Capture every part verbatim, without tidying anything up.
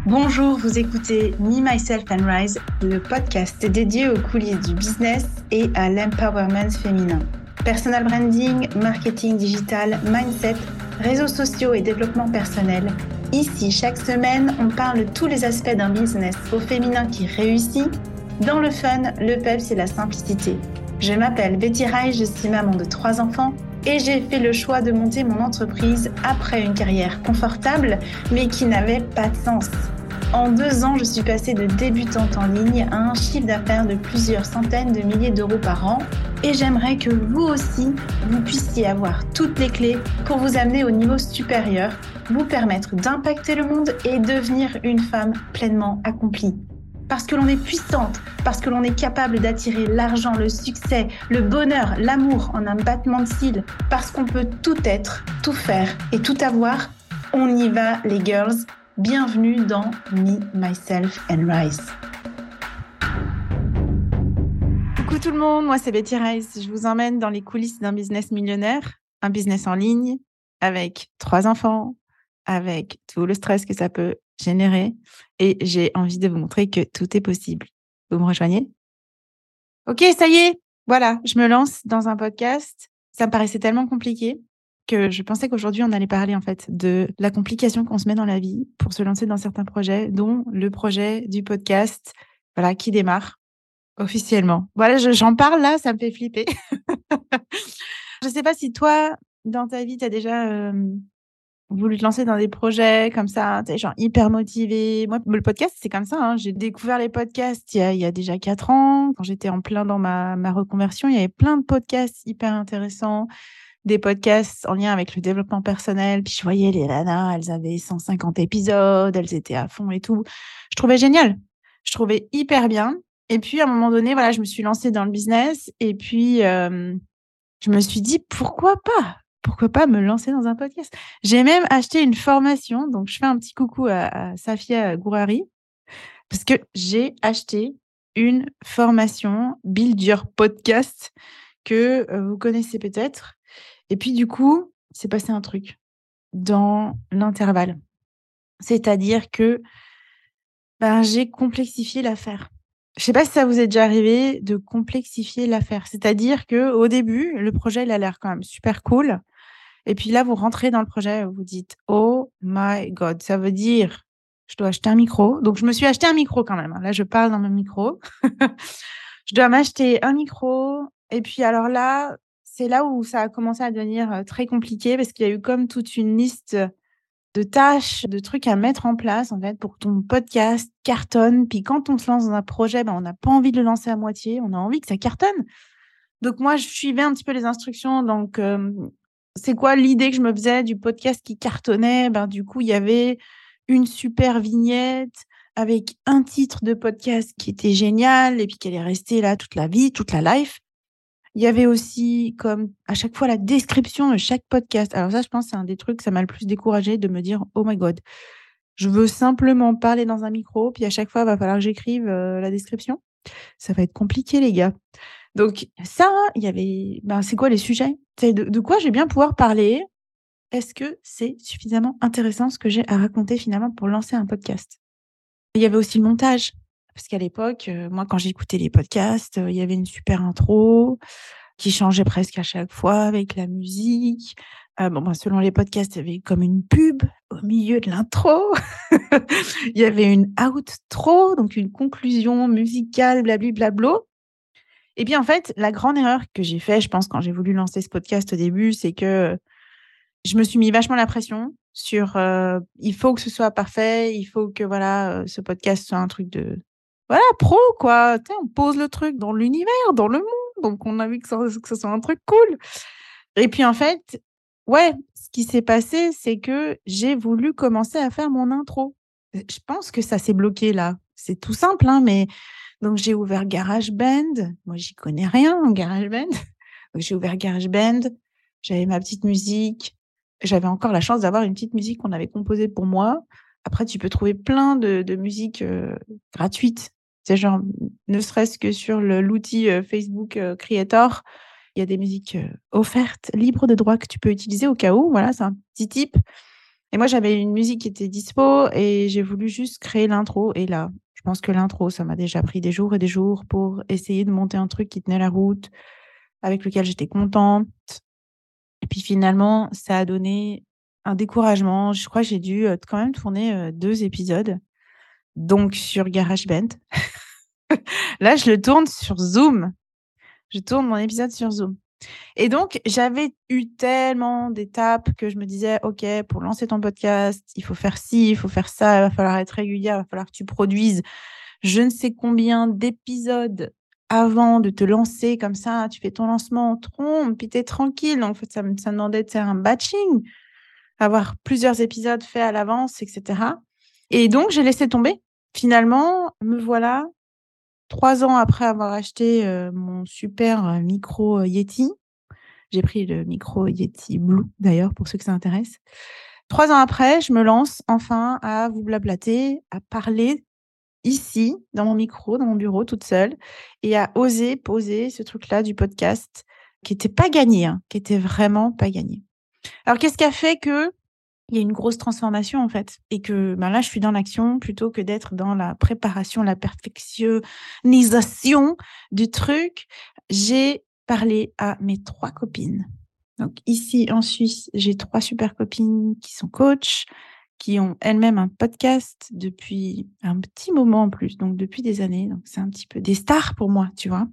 Bonjour, vous écoutez Me, Myself and Rise, le podcast dédié aux coulisses du business et à l'empowerment féminin. Personal branding, marketing digital, mindset, réseaux sociaux et développement personnel. Ici, chaque semaine, on parle de tous les aspects d'un business au féminin qui réussit, dans le fun, le peps et la simplicité. Je m'appelle Betty Rai, je suis maman de trois enfants et j'ai fait le choix de monter mon entreprise après une carrière confortable, mais qui n'avait pas de sens. En deux ans, je suis passée de débutante en ligne à un chiffre d'affaires de plusieurs centaines de milliers d'euros par an et j'aimerais que vous aussi, vous puissiez avoir toutes les clés pour vous amener au niveau supérieur, vous permettre d'impacter le monde et devenir une femme pleinement accomplie. Parce que l'on est puissante, parce que l'on est capable d'attirer l'argent, le succès, le bonheur, l'amour en un battement de cils, parce qu'on peut tout être, tout faire et tout avoir, on y va les girls. Bienvenue dans Me, Myself and Rise. Coucou tout le monde, moi c'est Betty Rise. Je vous emmène dans les coulisses d'un business millionnaire, un business en ligne, avec trois enfants, avec tout le stress que ça peut générer. Et j'ai envie de vous montrer que tout est possible. Vous me rejoignez ? Ok, ça y est, voilà, je me lance dans un podcast. Ça me paraissait tellement compliqué que je pensais qu'aujourd'hui, on allait parler en fait de la complication qu'on se met dans la vie pour se lancer dans certains projets, dont le projet du podcast, voilà, qui démarre officiellement. Voilà, je, j'en parle là, ça me fait flipper. Je sais pas si toi, dans ta vie, tu as déjà euh, voulu te lancer dans des projets comme ça, tu es genre hyper motivé. Moi, le podcast, c'est comme ça. Hein. J'ai découvert les podcasts il y a, il y a déjà quatre ans. Quand j'étais en plein dans ma, ma reconversion, il y avait plein de podcasts hyper intéressants. Des podcasts en lien avec le développement personnel. Puis je voyais les nanas, elles avaient cent cinquante épisodes, elles étaient à fond et tout. Je trouvais génial. Je trouvais hyper bien. Et puis, à un moment donné, voilà, je me suis lancée dans le business. Et puis, euh, je me suis dit, pourquoi pas ? Pourquoi pas me lancer dans un podcast ? J'ai même acheté une formation. Donc, je fais un petit coucou à, à Safia Gourari. Parce que j'ai acheté une formation Build Your Podcast que euh, vous connaissez peut-être. Et puis, du coup, c'est passé un truc dans l'intervalle. C'est-à-dire que ben, j'ai complexifié l'affaire. Je ne sais pas si ça vous est déjà arrivé de complexifier l'affaire. C'est-à-dire qu'au début, le projet, il a l'air quand même super cool. Et puis là, vous rentrez dans le projet, vous dites « Oh my God !» Ça veut dire « Je dois acheter un micro. » Donc, je me suis acheté un micro quand même. Là, je parle dans mon micro. Je dois m'acheter un micro. Et puis, alors là, c'est là où ça a commencé à devenir très compliqué parce qu'il y a eu comme toute une liste de tâches, de trucs à mettre en place en fait pour que ton podcast cartonne. Puis quand on se lance dans un projet, ben, on n'a pas envie de le lancer à moitié, on a envie que ça cartonne. Donc moi, je suivais un petit peu les instructions. Donc, euh, c'est quoi l'idée que je me faisais du podcast qui cartonnait ? Ben, du coup, il y avait une super vignette avec un titre de podcast qui était génial et puis qui allait rester là toute la vie, toute la life. Il y avait aussi, comme à chaque fois, la description de chaque podcast. Alors ça, je pense que c'est un des trucs, ça m'a le plus découragée de me dire « Oh my God, je veux simplement parler dans un micro, puis à chaque fois, il va falloir que j'écrive euh, la description. Ça va être compliqué, les gars. » Donc ça, il y avait... Ben, c'est quoi les sujets ? C'est de, de quoi je vais bien pouvoir parler ? Est-ce que c'est suffisamment intéressant ce que j'ai à raconter finalement pour lancer un podcast ? Il y avait aussi le montage. Parce qu'à l'époque, euh, moi, quand j'écoutais les podcasts, euh, il y avait une super intro qui changeait presque à chaque fois avec la musique. Euh, bon, ben, selon les podcasts, il y avait comme une pub au milieu de l'intro. Il y avait une outro, donc une conclusion musicale, blablabla. Et bien, en fait, la grande erreur que j'ai faite, je pense, quand j'ai voulu lancer ce podcast au début, c'est que je me suis mis vachement la pression sur euh, il faut que ce soit parfait, il faut que voilà, euh, ce podcast soit un truc de voilà, pro quoi, tu sais, on pose le truc dans l'univers, dans le monde, donc on a envie que ça, que ce soit un truc cool. Et puis en fait, ouais, ce qui s'est passé, c'est que j'ai voulu commencer à faire mon intro. Je pense que ça s'est bloqué là. C'est tout simple hein, mais donc j'ai ouvert GarageBand, moi j'y connais rien en GarageBand. Donc j'ai ouvert GarageBand, j'avais ma petite musique. J'avais encore la chance d'avoir une petite musique qu'on avait composée pour moi. Après, tu peux trouver plein de, de musiques euh, gratuites. C'est genre, ne serait-ce que sur le, l'outil euh, Facebook euh, Creator, il y a des musiques euh, offertes, libres de droit que tu peux utiliser au cas où. Voilà, c'est un petit tip. Et moi, j'avais une musique qui était dispo et j'ai voulu juste créer l'intro. Et là, je pense que l'intro, ça m'a déjà pris des jours et des jours pour essayer de monter un truc qui tenait la route, avec lequel j'étais contente. Et puis finalement, ça a donné un découragement. Je crois que j'ai dû euh, quand même tourner euh, deux épisodes, donc sur GarageBand. Là, je le tourne sur Zoom. Je tourne mon épisode sur Zoom. Et donc, j'avais eu tellement d'étapes que je me disais, OK, pour lancer ton podcast, il faut faire ci, il faut faire ça, il va falloir être régulière, il va falloir que tu produises je ne sais combien d'épisodes avant de te lancer comme ça. Tu fais ton lancement en trompe, puis tu es tranquille. Donc, en fait, ça me ça demandait de faire un batching, avoir plusieurs épisodes faits à l'avance, et cetera. Et donc, j'ai laissé tomber. Finalement, me voilà trois ans après avoir acheté euh, mon super euh, micro euh, Yeti. J'ai pris le micro Yeti Blue, d'ailleurs, pour ceux que ça intéresse. Trois ans après, je me lance enfin à vous blablater, à parler ici, dans mon micro, dans mon bureau, toute seule, et à oser poser ce truc-là du podcast qui n'était pas gagné, hein, qui était vraiment pas gagné. Alors, qu'est-ce qui a fait que il y a une grosse transformation, en fait, et que ben là, je suis dans l'action plutôt que d'être dans la préparation, la perfectionnisation du truc. J'ai parlé à mes trois copines. Donc ici, en Suisse, j'ai trois super copines qui sont coachs, qui ont elles-mêmes un podcast depuis un petit moment en plus, donc depuis des années. Donc c'est un petit peu des stars pour moi, tu vois,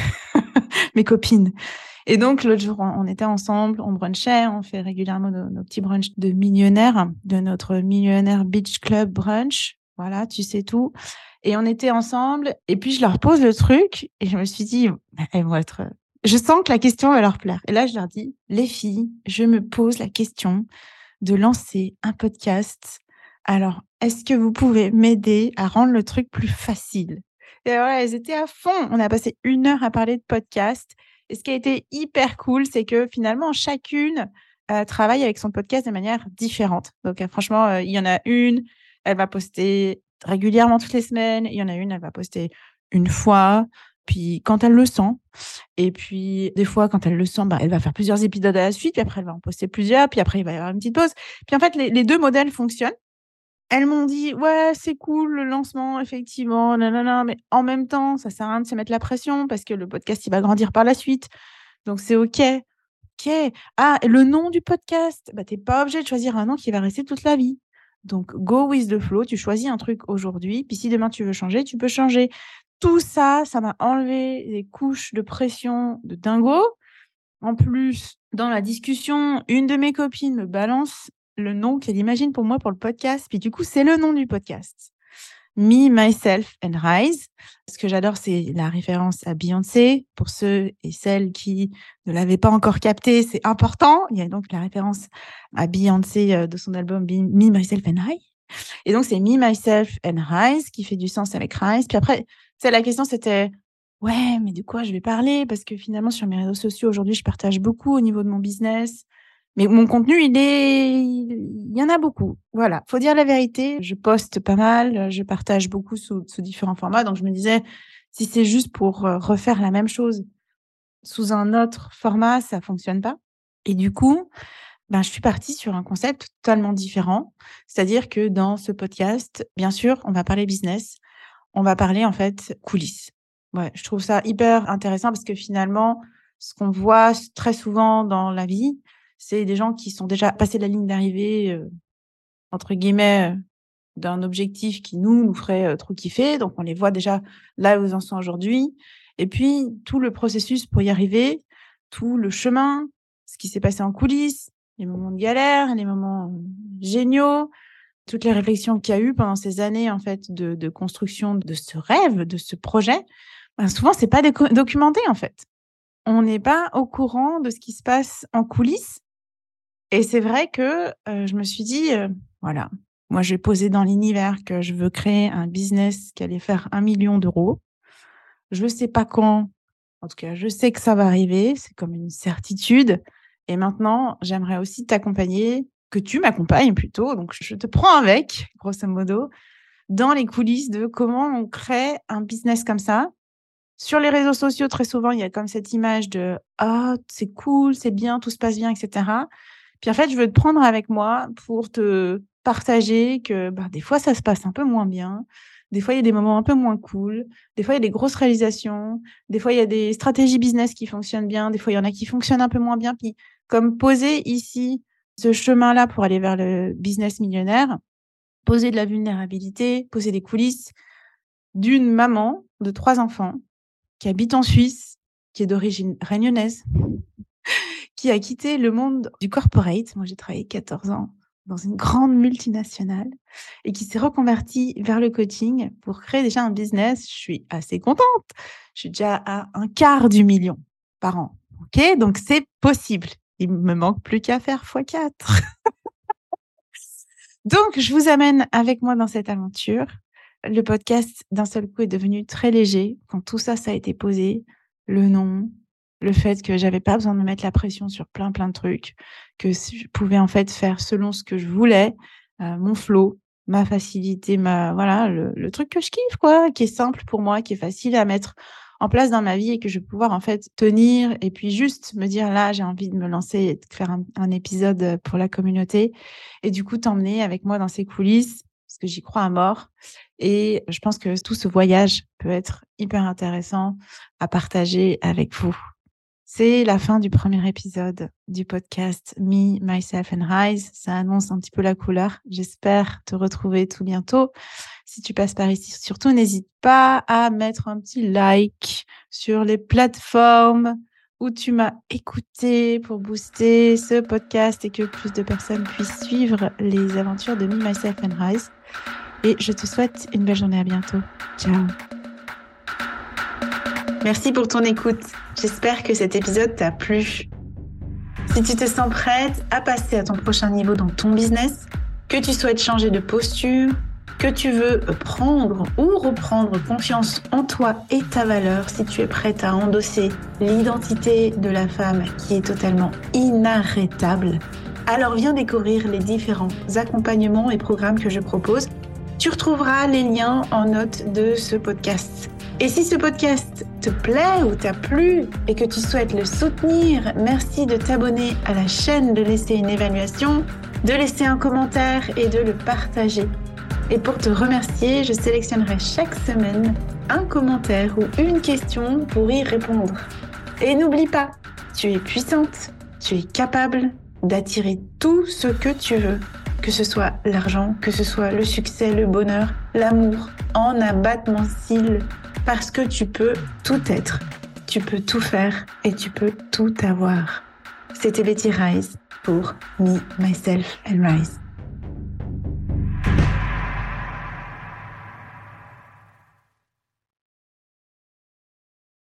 mes copines. Et donc l'autre jour, on était ensemble, on brunchait, on fait régulièrement nos, nos petits brunchs de millionnaires, de notre millionnaire beach club brunch. Voilà, tu sais tout. Et on était ensemble, et puis je leur pose le truc, et je me suis dit, elles vont être... Je sens que la question va leur plaire. Et là, je leur dis, les filles, je me pose la question de lancer un podcast. Alors, est-ce que vous pouvez m'aider à rendre le truc plus facile? Et voilà, elles étaient à fond. On a passé une heure à parler de podcast. Et ce qui a été hyper cool, c'est que finalement, chacune euh, travaille avec son podcast de manière différente. Donc, euh, franchement, euh, il y en a une, elle va poster régulièrement toutes les semaines. Il y en a une, elle va poster une fois, puis quand elle le sent. Et puis, des fois, quand elle le sent, bah, elle va faire plusieurs épisodes à la suite, puis après, elle va en poster plusieurs, puis après, il va y avoir une petite pause. Puis en fait, les, les deux modèles fonctionnent. Elles m'ont dit, ouais, c'est cool le lancement, effectivement, nanana, mais en même temps, ça sert à rien de se mettre la pression parce que le podcast, il va grandir par la suite. Donc, c'est OK. OK. Ah, et le nom du podcast, bah, tu n'es pas obligé de choisir un nom qui va rester toute la vie. Donc, go with the flow. Tu choisis un truc aujourd'hui, puis si demain tu veux changer, tu peux changer. Tout ça, ça m'a enlevé des couches de pression de dingo. En plus, dans la discussion, une de mes copines me balance le nom qu'elle imagine pour moi pour le podcast. Puis du coup, c'est le nom du podcast. Me, Myself and Rise. Ce que j'adore, c'est la référence à Beyoncé. Pour ceux et celles qui ne l'avaient pas encore capté, c'est important. Il y a donc la référence à Beyoncé de son album Me, Myself and I. Et donc, c'est Me, Myself and Rise qui fait du sens avec Rise. Puis après, la question, c'était ouais, mais de quoi je vais parler? Parce que finalement, sur mes réseaux sociaux, aujourd'hui, je partage beaucoup au niveau de mon business. Mais mon contenu, il est, il y en a beaucoup. Voilà. Faut dire la vérité. Je poste pas mal. Je partage beaucoup sous, sous différents formats. Donc, je me disais, si c'est juste pour refaire la même chose sous un autre format, ça fonctionne pas. Et du coup, ben, je suis partie sur un concept totalement différent. C'est-à-dire que dans ce podcast, bien sûr, on va parler business. On va parler, en fait, coulisses. Ouais, je trouve ça hyper intéressant parce que finalement, ce qu'on voit très souvent dans la vie, c'est des gens qui sont déjà passés la ligne d'arrivée, euh, entre guillemets, euh, d'un objectif qui nous, nous ferait euh, trop kiffer. Donc, on les voit déjà là où ils en sont aujourd'hui. Et puis, tout le processus pour y arriver, tout le chemin, ce qui s'est passé en coulisses, les moments de galère, les moments géniaux, toutes les réflexions qu'il y a eu pendant ces années en fait de, de construction de ce rêve, de ce projet, ben souvent c'est pas docu- documenté en fait. On n'est pas au courant de ce qui se passe en coulisses. Et c'est vrai que euh, je me suis dit, euh, voilà, moi j'ai posé dans l'univers que je veux créer un business qui allait faire un million d'euros. Je ne sais pas quand, en tout cas je sais que ça va arriver, c'est comme une certitude. Et maintenant, j'aimerais aussi t'accompagner, que tu m'accompagnes plutôt, donc je te prends avec, grosso modo, dans les coulisses de comment on crée un business comme ça. Sur les réseaux sociaux, très souvent, il y a comme cette image de « Ah, c'est cool, c'est bien, tout se passe bien, et cetera » Puis en fait, je veux te prendre avec moi pour te partager que bah, des fois, ça se passe un peu moins bien. Des fois, il y a des moments un peu moins cool. Des fois, il y a des grosses réalisations. Des fois, il y a des stratégies business qui fonctionnent bien. Des fois, il y en a qui fonctionnent un peu moins bien. Puis, comme poser ici ce chemin-là pour aller vers le business millionnaire, poser de la vulnérabilité, poser des coulisses d'une maman de trois enfants qui habite en Suisse, qui est d'origine réunionnaise, qui a quitté le monde du corporate. Moi, j'ai travaillé quatorze ans dans une grande multinationale et qui s'est reconvertie vers le coaching pour créer déjà un business. Je suis assez contente. Je suis déjà à un quart du million par an. OK? Donc, c'est possible. Il me manque plus qu'à faire fois quatre. Donc, je vous amène avec moi dans cette aventure. Le podcast, d'un seul coup, est devenu très léger quand tout ça, ça a été posé. Le nom, le fait que j'avais pas besoin de me mettre la pression sur plein, plein de trucs, que je pouvais en fait faire selon ce que je voulais, euh, mon flow, ma facilité, ma voilà, le, le truc que je kiffe, quoi, qui est simple pour moi, qui est facile à mettre en place dans ma vie et que je vais pouvoir en fait tenir et puis juste me dire là, j'ai envie de me lancer et de faire un, un épisode pour la communauté et du coup t'emmener avec moi dans ces coulisses parce que j'y crois à mort. Et je pense que tout ce voyage peut être hyper intéressant à partager avec vous. C'est la fin du premier épisode du podcast Me, Myself and Rise. Ça annonce un petit peu la couleur. J'espère te retrouver tout bientôt. Si tu passes par ici, surtout n'hésite pas à mettre un petit like sur les plateformes où tu m'as écouté pour booster ce podcast et que plus de personnes puissent suivre les aventures de Me, Myself and Rise. Et je te souhaite une belle journée. À bientôt. Ciao. Merci pour ton écoute. J'espère que cet épisode t'a plu. Si tu te sens prête à passer à ton prochain niveau dans ton business, que tu souhaites changer de posture, que tu veux prendre ou reprendre confiance en toi et ta valeur, si tu es prête à endosser l'identité de la femme qui est totalement inarrêtable, alors viens découvrir les différents accompagnements et programmes que je propose. Tu retrouveras les liens en note de ce podcast. Et si ce podcast te plaît ou t'a plu et que tu souhaites le soutenir, merci de t'abonner à la chaîne, de laisser une évaluation, de laisser un commentaire et de le partager. Et pour te remercier, je sélectionnerai chaque semaine un commentaire ou une question pour y répondre. Et n'oublie pas, tu es puissante, tu es capable d'attirer tout ce que tu veux. Que ce soit l'argent, que ce soit le succès, le bonheur, l'amour, en abattement de cils, parce que tu peux tout être, tu peux tout faire et tu peux tout avoir. C'était Betty Rise pour Me, Myself and Rise.